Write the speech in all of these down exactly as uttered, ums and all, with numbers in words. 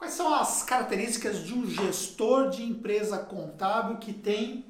Quais são as características de um gestor de empresa contábil que tem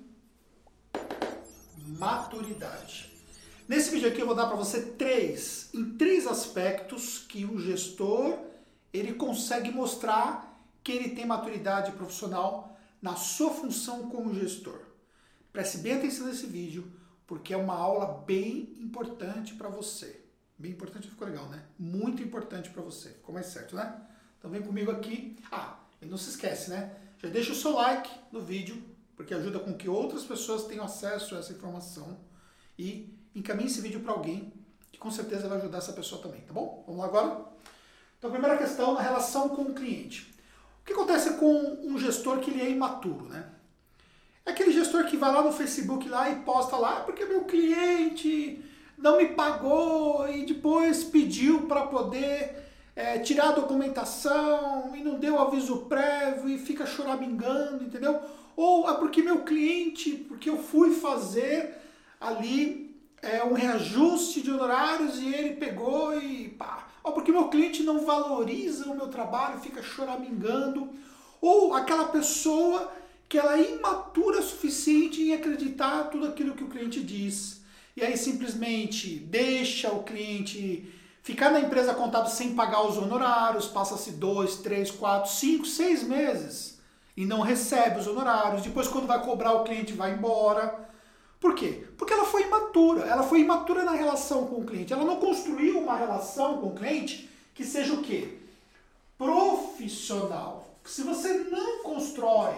maturidade? Nesse vídeo aqui eu vou dar para você três, em três aspectos que o gestor ele consegue mostrar que ele tem maturidade profissional na sua função como gestor. Preste bem atenção nesse vídeo, porque é uma aula bem importante para você. Bem importante, ficou legal, né? Muito importante para você. Ficou mais certo, né? Então vem comigo aqui. Ah, e não se esquece, né? Já deixa o seu like no vídeo, porque ajuda com que outras pessoas tenham acesso a essa informação. E encaminhe esse vídeo para alguém, que com certeza vai ajudar essa pessoa também, tá bom? Vamos lá agora? Então, primeira questão, na relação com o cliente. O que acontece com um gestor que ele é imaturo, né? É aquele gestor que vai lá no Facebook lá e posta lá, porque meu cliente não me pagou e depois pediu para poder é, tirar a documentação e não deu aviso prévio e fica choramingando, entendeu? Ou é porque meu cliente, porque eu fui fazer ali é, um reajuste de honorários e ele pegou e pá. Ou porque meu cliente não valoriza o meu trabalho, fica choramingando. Ou aquela pessoa que ela é imatura o suficiente em acreditar tudo aquilo que o cliente diz. E aí simplesmente deixa o cliente ficar na empresa contábil sem pagar os honorários, passa-se dois, três, quatro, cinco, seis meses e não recebe os honorários. Depois quando vai cobrar o cliente vai embora. Por quê? Porque ela foi imatura. Ela foi imatura na relação com o cliente. Ela não construiu uma relação com o cliente que seja o quê? Profissional. Se você não constrói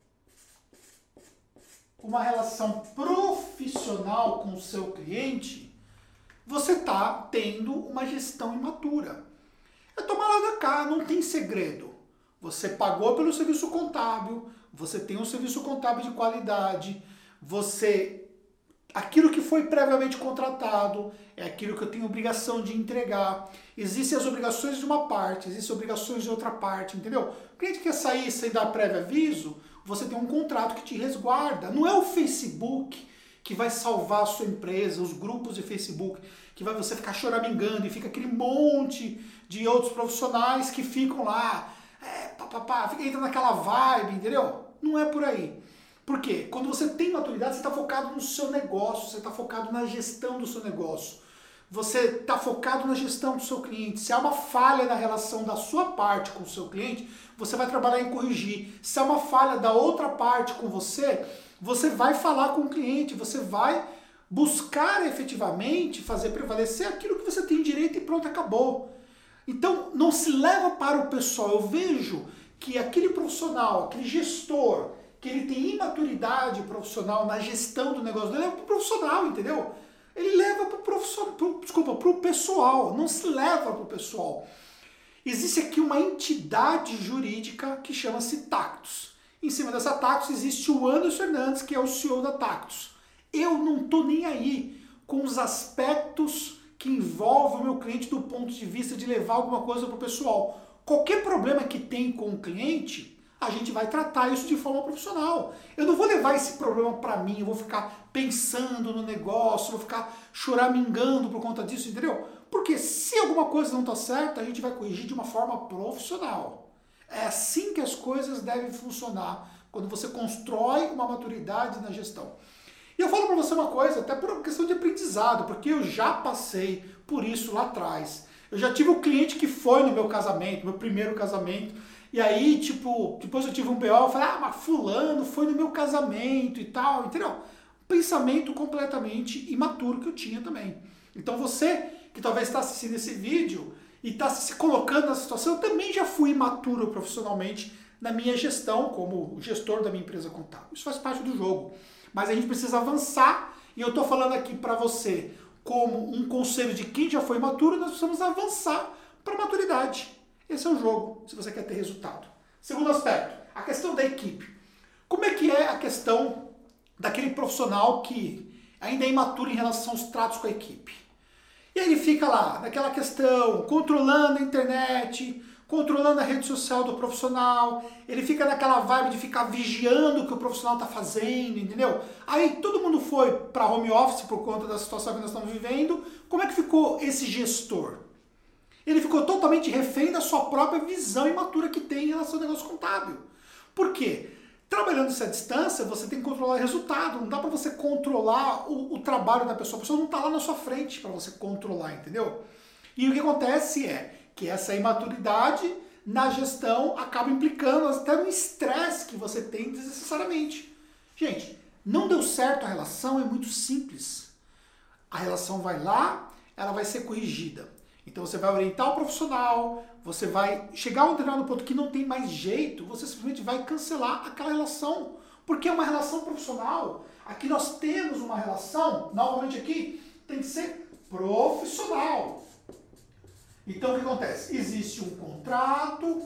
uma relação profissional com o seu cliente, você está tendo uma gestão imatura. É tomar lá da cá, não tem segredo. Você pagou pelo serviço contábil, você tem um serviço contábil de qualidade, você... Aquilo que foi previamente contratado é aquilo que eu tenho obrigação de entregar. Existem as obrigações de uma parte, existem obrigações de outra parte, entendeu? O cliente quer sair sem dar prévio aviso, você tem um contrato que te resguarda. Não é o Facebook que vai salvar a sua empresa, os grupos de Facebook, que vai você ficar choramingando e fica aquele monte de outros profissionais que ficam lá, é, pá, pá, pá, fica entrando naquela vibe, entendeu? Não é por aí. Por quê? Quando você tem maturidade, você está focado no seu negócio, você está focado na gestão do seu negócio. Você está focado na gestão do seu cliente. Se há uma falha na relação da sua parte com o seu cliente, você vai trabalhar em corrigir. Se há uma falha da outra parte com você, você vai falar com o cliente, você vai buscar efetivamente fazer prevalecer aquilo que você tem direito e pronto, acabou. Então, não se leva para o pessoal. Eu vejo que aquele profissional, aquele gestor, que ele tem imaturidade profissional na gestão do negócio dele, é pro profissional, entendeu? Ele leva pro profissional, pro, desculpa, pro pessoal, não se leva pro pessoal. Existe aqui uma entidade jurídica que chama-se Tactus. Em cima dessa Tactus existe o Anderson Fernandes, que é o C E O da Tactus. Eu não tô nem aí com os aspectos que envolvem o meu cliente do ponto de vista de levar alguma coisa pro pessoal. Qualquer problema que tem com o cliente, a gente vai tratar isso de forma profissional. Eu não vou levar esse problema para mim, eu vou ficar pensando no negócio, vou ficar choramingando por conta disso, entendeu? Porque se alguma coisa não está certa, a gente vai corrigir de uma forma profissional. É assim que as coisas devem funcionar, quando você constrói uma maturidade na gestão. E eu falo para você uma coisa, até por uma questão de aprendizado, porque eu já passei por isso lá atrás. Eu já tive um cliente que foi no meu casamento, meu primeiro casamento, e aí, tipo, depois eu tive um B O, eu falei, ah, mas fulano foi no meu casamento e tal, entendeu? Pensamento completamente imaturo que eu tinha também. Então você, que talvez está assistindo esse vídeo e está se colocando nessa situação, eu também já fui imaturo profissionalmente na minha gestão, como gestor da minha empresa contábil. Isso faz parte do jogo. Mas a gente precisa avançar, e eu estou falando aqui para você como um conselho de quem já foi imaturo, nós precisamos avançar para a maturidade. Esse é o jogo, se você quer ter resultado. Segundo aspecto, a questão da equipe. Como é que é a questão daquele profissional que ainda é imaturo em relação aos tratos com a equipe? E aí ele fica lá, naquela questão, controlando a internet, controlando a rede social do profissional, ele fica naquela vibe de ficar vigiando o que o profissional está fazendo, entendeu? Aí todo mundo foi para home office por conta da situação que nós estamos vivendo. Como é que ficou esse gestor? Ele ficou totalmente refém da sua própria visão imatura que tem em relação ao negócio contábil. Por quê? Trabalhando essa distância, você tem que controlar o resultado. Não dá para você controlar o, o trabalho da pessoa. A pessoa não está lá na sua frente para você controlar, entendeu? E o que acontece é que essa imaturidade na gestão acaba implicando até no estresse que você tem desnecessariamente. Gente, não deu certo a relação, é muito simples. A relação vai lá, ela vai ser corrigida. Então você vai orientar o profissional, você vai chegar a um determinado ponto que não tem mais jeito, você simplesmente vai cancelar aquela relação. Porque é uma relação profissional. Aqui nós temos uma relação, novamente aqui, tem que ser profissional. Então o que acontece? Existe um contrato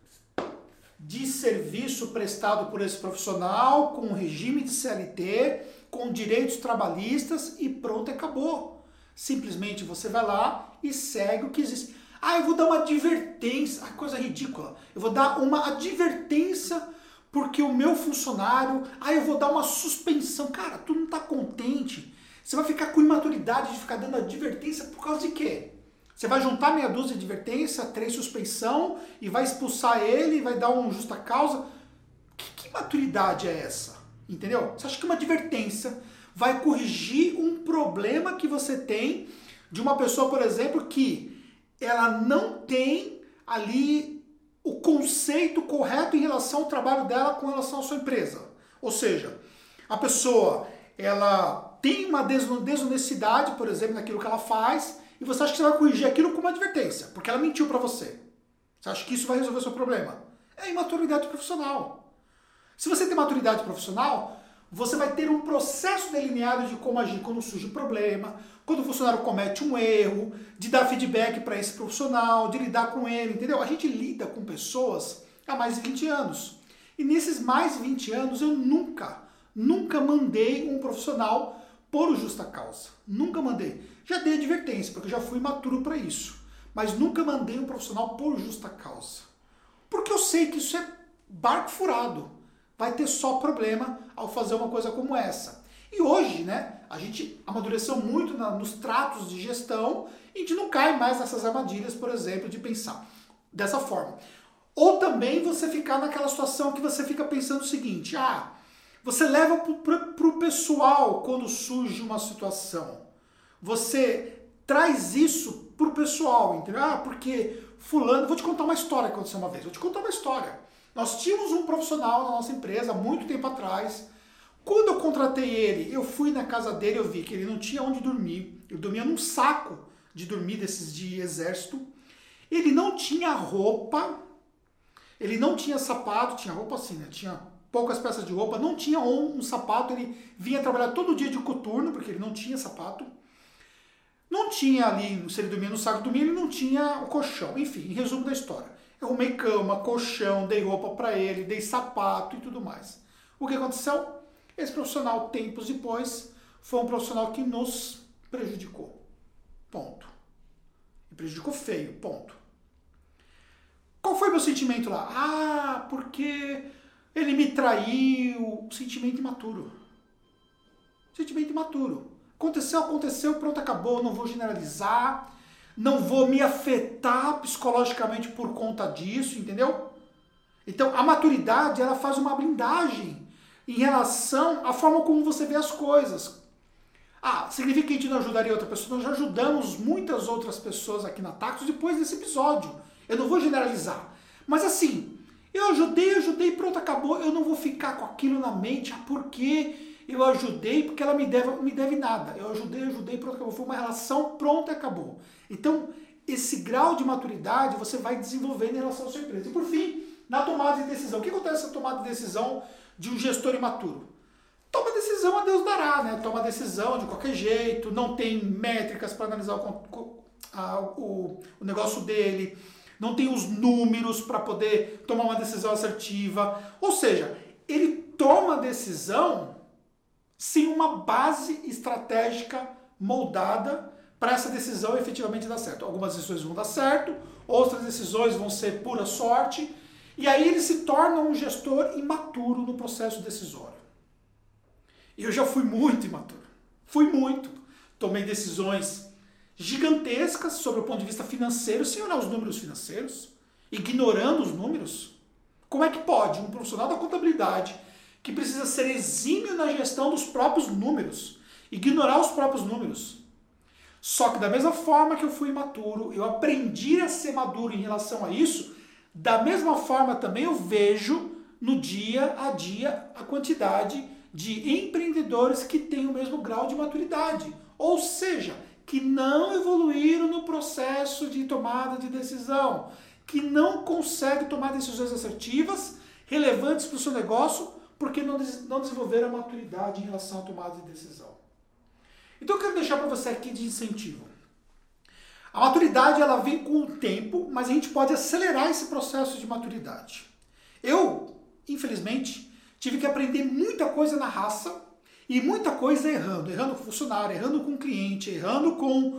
de serviço prestado por esse profissional, com regime de C L T, com direitos trabalhistas e pronto, acabou. Simplesmente você vai lá e segue o que existe. Ah, eu vou dar uma advertência, ah, coisa ridícula. Eu vou dar uma advertência porque o meu funcionário, ah, eu vou dar uma suspensão. Cara, tu não tá contente. Você vai ficar com imaturidade de ficar dando advertência por causa de quê? Você vai juntar meia dúzia de advertência, três suspensão e vai expulsar ele, vai dar uma justa causa. Que, que maturidade é essa? Entendeu? Você acha que uma advertência vai corrigir um problema que você tem de uma pessoa, por exemplo, que ela não tem ali o conceito correto em relação ao trabalho dela com relação à sua empresa. Ou seja, a pessoa ela tem uma desonestidade, por exemplo, naquilo que ela faz, e você acha que você vai corrigir aquilo com uma advertência, porque ela mentiu para você. Você acha que isso vai resolver o seu problema? É imaturidade profissional. Se você tem maturidade profissional, você vai ter um processo delineado de como agir quando surge um problema, quando o funcionário comete um erro, de dar feedback para esse profissional, de lidar com ele, entendeu? A gente lida com pessoas há mais de vinte anos. E nesses mais de vinte anos eu nunca, nunca mandei um profissional por justa causa. Nunca mandei. Já dei advertência, porque eu já fui maturo para isso. Mas nunca mandei um profissional por justa causa. Porque eu sei que isso é barco furado. Vai ter só problema ao fazer uma coisa como essa. E hoje, né, a gente amadureceu muito na, nos tratos de gestão e a gente não cai mais nessas armadilhas, por exemplo, de pensar dessa forma. Ou também você ficar naquela situação que você fica pensando o seguinte, ah, você leva para o pessoal quando surge uma situação. Você traz isso para o pessoal, entendeu? Ah, porque fulano... Vou te contar uma história que aconteceu uma vez. Vou te contar uma história. Nós tínhamos um profissional na nossa empresa há muito tempo atrás. Quando eu contratei ele, eu fui na casa dele, eu vi que ele não tinha onde dormir. Ele dormia num saco de dormir desses de exército. Ele não tinha roupa, ele não tinha sapato, tinha roupa assim, né? Tinha poucas peças de roupa, não tinha um, um sapato, ele vinha trabalhar todo dia de coturno, porque ele não tinha sapato. Não tinha ali, se ele dormia no saco de dormir, ele não tinha o colchão. Enfim, em resumo da história. Eu arrumei cama, colchão, dei roupa para ele, dei sapato e tudo mais. O que aconteceu? Esse profissional, tempos depois, foi um profissional que nos prejudicou. Ponto. E prejudicou feio, ponto. Qual foi meu sentimento lá? Ah, porque ele me traiu. Sentimento imaturo. Sentimento imaturo. Aconteceu, aconteceu, pronto, acabou. Não vou generalizar. Não vou me afetar psicologicamente por conta disso, entendeu? Então, a maturidade, ela faz uma blindagem em relação à forma como você vê as coisas. Ah, significa que a gente não ajudaria outra pessoa? Nós já ajudamos muitas outras pessoas aqui na Tactus depois desse episódio. Eu não vou generalizar. Mas assim, eu ajudei, ajudei, pronto, acabou. Eu não vou ficar com aquilo na mente. Ah, por quê? Eu ajudei porque ela me deve, me deve nada. Eu ajudei, ajudei, pronto, acabou. Foi uma relação, pronto, acabou. Então, esse grau de maturidade você vai desenvolvendo em relação à sua empresa. E por fim, na tomada de decisão. O que acontece na tomada de decisão de um gestor imaturo? Toma decisão, a Deus dará, né? Toma decisão de qualquer jeito, não tem métricas para analisar o, a, o, o negócio dele, não tem os números para poder tomar uma decisão assertiva. Ou seja, ele toma decisão sem uma base estratégica moldada para essa decisão efetivamente dar certo. Algumas decisões vão dar certo, outras decisões vão ser pura sorte, e aí ele se torna um gestor imaturo no processo decisório. Eu já fui muito imaturo. Fui muito. Tomei decisões gigantescas sobre o ponto de vista financeiro, sem olhar os números financeiros, ignorando os números. Como é que pode um profissional da contabilidade, que precisa ser exímio na gestão dos próprios números, ignorar os próprios números? Só que da mesma forma que eu fui imaturo, eu aprendi a ser maduro em relação a isso, da mesma forma também eu vejo no dia a dia a quantidade de empreendedores que têm o mesmo grau de maturidade. Ou seja, que não evoluíram no processo de tomada de decisão, que não conseguem tomar decisões assertivas, relevantes para o seu negócio, porque não, não desenvolveram a maturidade em relação à tomada de decisão. Então eu quero deixar para você aqui de incentivo. A maturidade ela vem com o tempo, mas a gente pode acelerar esse processo de maturidade. Eu, infelizmente, tive que aprender muita coisa na raça e muita coisa errando. Errando com funcionário, errando com cliente, errando com,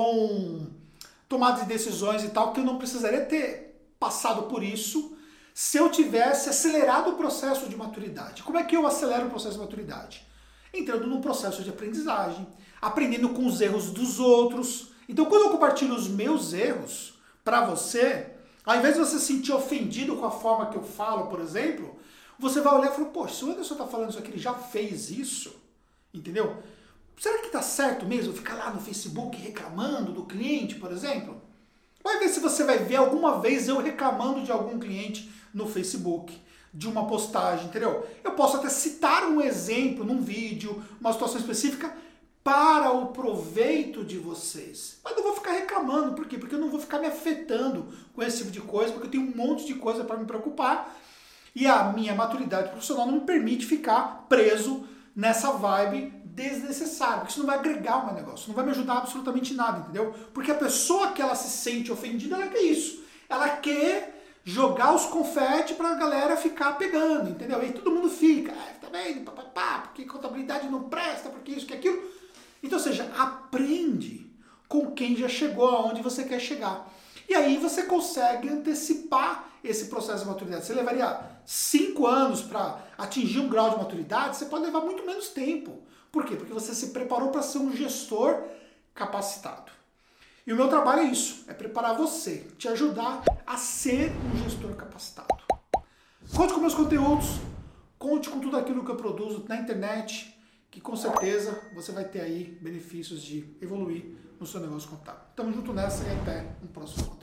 com tomada de decisões e tal, que eu não precisaria ter passado por isso se eu tivesse acelerado o processo de maturidade. Como é que eu acelero o processo de maturidade? Entrando num processo de aprendizagem, aprendendo com os erros dos outros. Então, quando eu compartilho os meus erros para você, ao invés de você se sentir ofendido com a forma que eu falo, por exemplo, você vai olhar e falar, poxa, se o Anderson está falando isso aqui, ele já fez isso, entendeu? Será que está certo mesmo ficar lá no Facebook reclamando do cliente, por exemplo? Vai ver se você vai ver alguma vez eu reclamando de algum cliente no Facebook, de uma postagem, entendeu? Eu posso até citar um exemplo num vídeo, uma situação específica, para o proveito de vocês. Mas não vou ficar reclamando, por quê? Porque eu não vou ficar me afetando com esse tipo de coisa, porque eu tenho um monte de coisa para me preocupar e a minha maturidade profissional não me permite ficar preso nessa vibe desnecessária, porque isso não vai agregar o meu negócio, não vai me ajudar absolutamente nada, entendeu? Porque a pessoa que ela se sente ofendida, ela quer isso. Ela quer jogar os confetes para a galera ficar pegando, entendeu? E aí todo mundo fica, ah, tá vendo, papapá, porque contabilidade não presta, porque isso, que aquilo. Então, ou seja, aprende com quem já chegou aonde você quer chegar. E aí você consegue antecipar esse processo de maturidade. Você levaria cinco anos para atingir um grau de maturidade, você pode levar muito menos tempo. Por quê? Porque você se preparou para ser um gestor capacitado. E o meu trabalho é isso, é preparar você, te ajudar a ser um gestor capacitado. Conte com meus conteúdos, conte com tudo aquilo que eu produzo na internet, que com certeza você vai ter aí benefícios de evoluir no seu negócio contábil. Tamo junto nessa e até um próximo conteúdo.